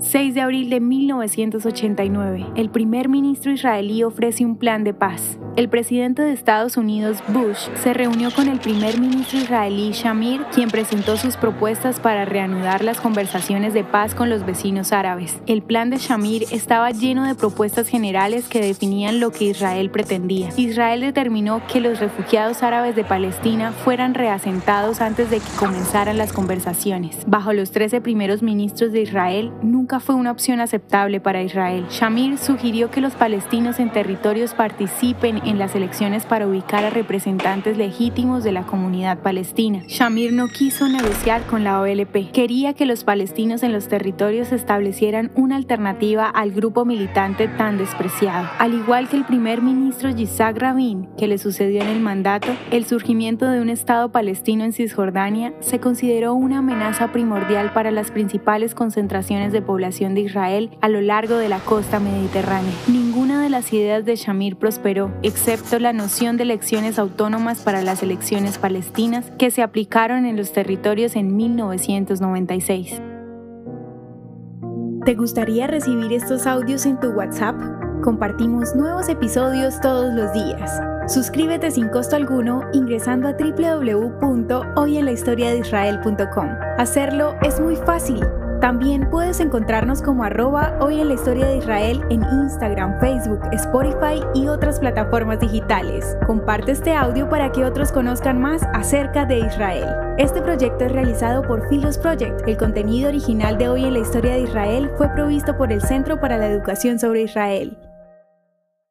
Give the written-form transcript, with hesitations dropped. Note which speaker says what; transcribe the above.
Speaker 1: 6 de abril de 1989, el primer ministro israelí ofrece un plan de paz. El presidente de Estados Unidos, Bush, se reunió con el primer ministro israelí, Shamir, quien presentó sus propuestas para reanudar las conversaciones de paz con los vecinos árabes. El plan de Shamir estaba lleno de propuestas generales que definían lo que Israel pretendía. Israel determinó que los refugiados árabes de Palestina fueran reasentados antes de que comenzaran las conversaciones. Bajo los 13 primeros ministros de Israel, nunca fue una opción aceptable para Israel. Shamir sugirió que los palestinos en territorios participen en las elecciones para ubicar a representantes legítimos de la comunidad palestina. Shamir no quiso negociar con la OLP. Quería que los palestinos en los territorios establecieran una alternativa al grupo militante tan despreciado. Al igual que el primer ministro Yitzhak Rabin, que le sucedió en el mandato, el surgimiento de un Estado palestino en Cisjordania se consideró una amenaza primordial para las principales concentraciones de población de Israel a lo largo de la costa mediterránea. Ninguna de las ideas de Shamir prosperó, excepto la noción de elecciones autónomas para las elecciones palestinas que se aplicaron en los territorios en 1996. ¿Te gustaría recibir estos audios en tu WhatsApp? Compartimos nuevos episodios todos los días. Suscríbete sin costo alguno ingresando a www.hoyenlahistoriadeisrael.com. Hacerlo es muy fácil. También puedes encontrarnos como @hoyenlahistoriadeisrael en Instagram, Facebook, Spotify y otras plataformas digitales. Comparte este audio para que otros conozcan más acerca de Israel. Este proyecto es realizado por Philos Project. El contenido original de Hoy en la Historia de Israel fue provisto por el Centro para la Educación sobre Israel.